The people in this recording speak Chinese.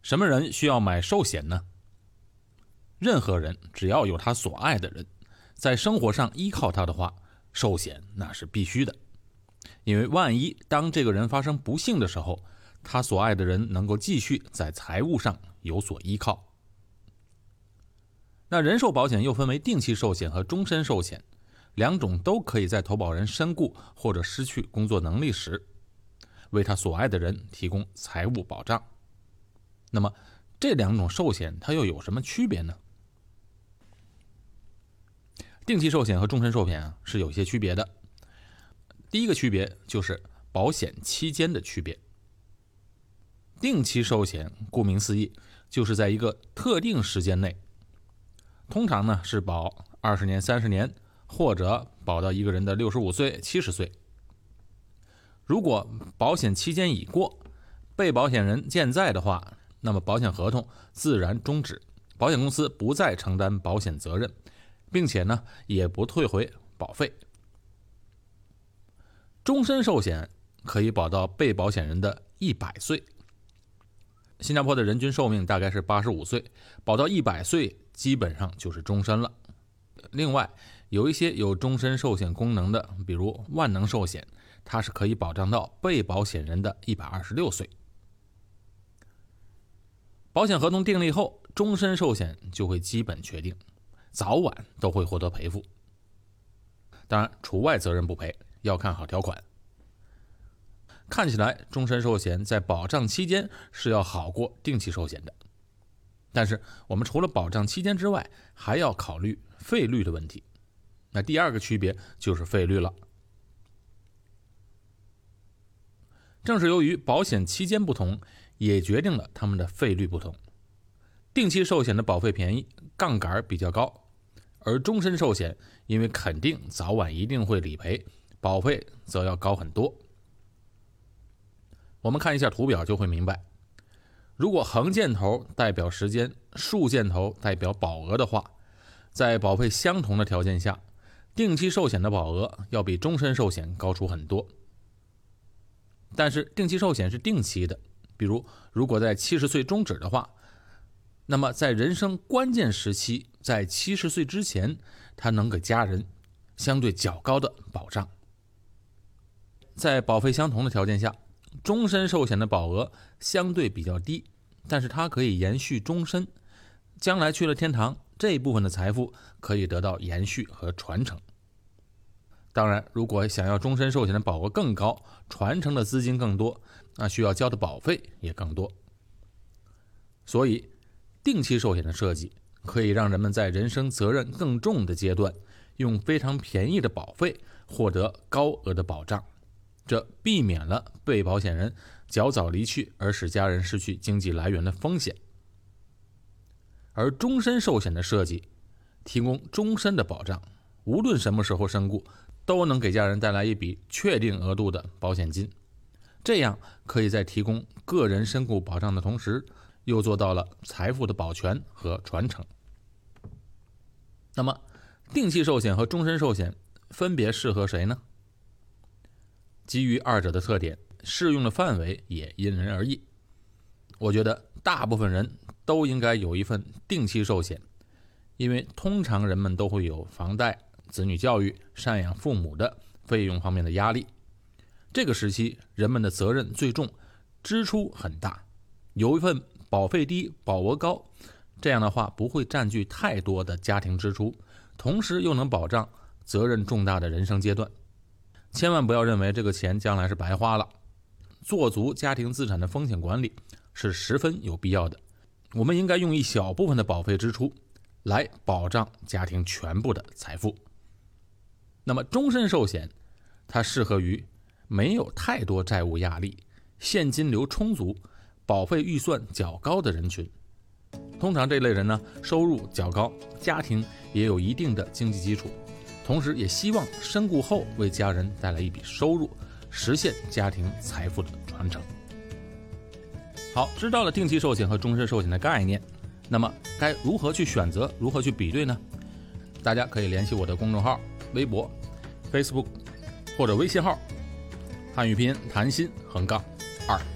什么人需要买寿险呢？任何人只要有他所爱的人，在生活上依靠他的话，寿险那是必须的。因为万一当这个人发生不幸的时候，他所爱的人能够继续在财务上有所依靠。那人寿保险又分为定期寿险和终身寿险，两种都可以在投保人身故或者失去工作能力时，为他所爱的人提供财务保障。那么这两种寿险它又有什么区别呢？定期寿险和终身寿险是有些区别的。第一个区别就是保险期间的区别。定期寿险顾名思义，就是在一个特定时间内，通常呢是保20年、30年，或者保到一个人的65岁、70岁。如果保险期间已过，被保险人健在的话，那么保险合同自然终止，保险公司不再承担保险责任，并且呢也不退回保费。终身寿险可以保到被保险人的100岁。新加坡的人均寿命大概是85岁，保到100岁基本上就是终身了。另外，有一些有终身寿险功能的，比如万能寿险，它是可以保障到被保险人的126岁。保险合同订立后，终身寿险就会基本确定，早晚都会获得赔付。当然，除外责任不赔，要看好条款。看起来终身寿险在保障期间是要好过定期寿险的，但是我们除了保障期间之外，还要考虑费率的问题。那第二个区别就是费率了。正是由于保险期间不同，也决定了它们的费率不同。定期寿险的保费便宜，杠杆比较高，而终身寿险因为肯定早晚一定会理赔，保费则要高很多。我们看一下图表就会明白，如果横箭头代表时间，竖箭头代表保额的话，在保费相同的条件下，定期寿险的保额要比终身寿险高出很多。但是定期寿险是定期的，比如如果在70岁终止的话，那么在人生关键时期，在70岁之前，它能给家人相对较高的保障。在保费相同的条件下，终身寿险的保额相对比较低，但是它可以延续终身，将来去了天堂，这一部分的财富可以得到延续和传承。当然，如果想要终身寿险的保额更高，传承的资金更多，那需要交的保费也更多。所以定期寿险的设计可以让人们在人生责任更重的阶段，用非常便宜的保费获得高额的保障，这避免了被保险人较早离去而使家人失去经济来源的风险。而终身寿险的设计提供终身的保障，无论什么时候身故，都能给家人带来一笔确定额度的保险金，这样可以在提供个人身故保障的同时，又做到了财富的保全和传承。那么定期寿险和终身寿险分别适合谁呢？基于二者的特点，适用的范围也因人而异。我觉得大部分人都应该有一份定期寿险，因为通常人们都会有房贷、子女教育、赡养父母的费用方面的压力。这个时期人们的责任最重，支出很大，有一份保费低、保额高，这样的话不会占据太多的家庭支出，同时又能保障责任重大的人生阶段。千万不要认为这个钱将来是白花了，做足家庭资产的风险管理是十分有必要的。我们应该用一小部分的保费支出来保障家庭全部的财富。那么终身寿险它适合于没有太多债务压力、现金流充足、保费预算较高的人群。通常这类人呢，收入较高，家庭也有一定的经济基础，同时也希望身故后为家人带来一笔收入，实现家庭财富的传承。好，知道了定期寿险和终身寿险的概念，那么该如何去选择，如何去比对呢？大家可以联系我的公众号、微博、Facebook 或者微信号汉语拼音谈心_2。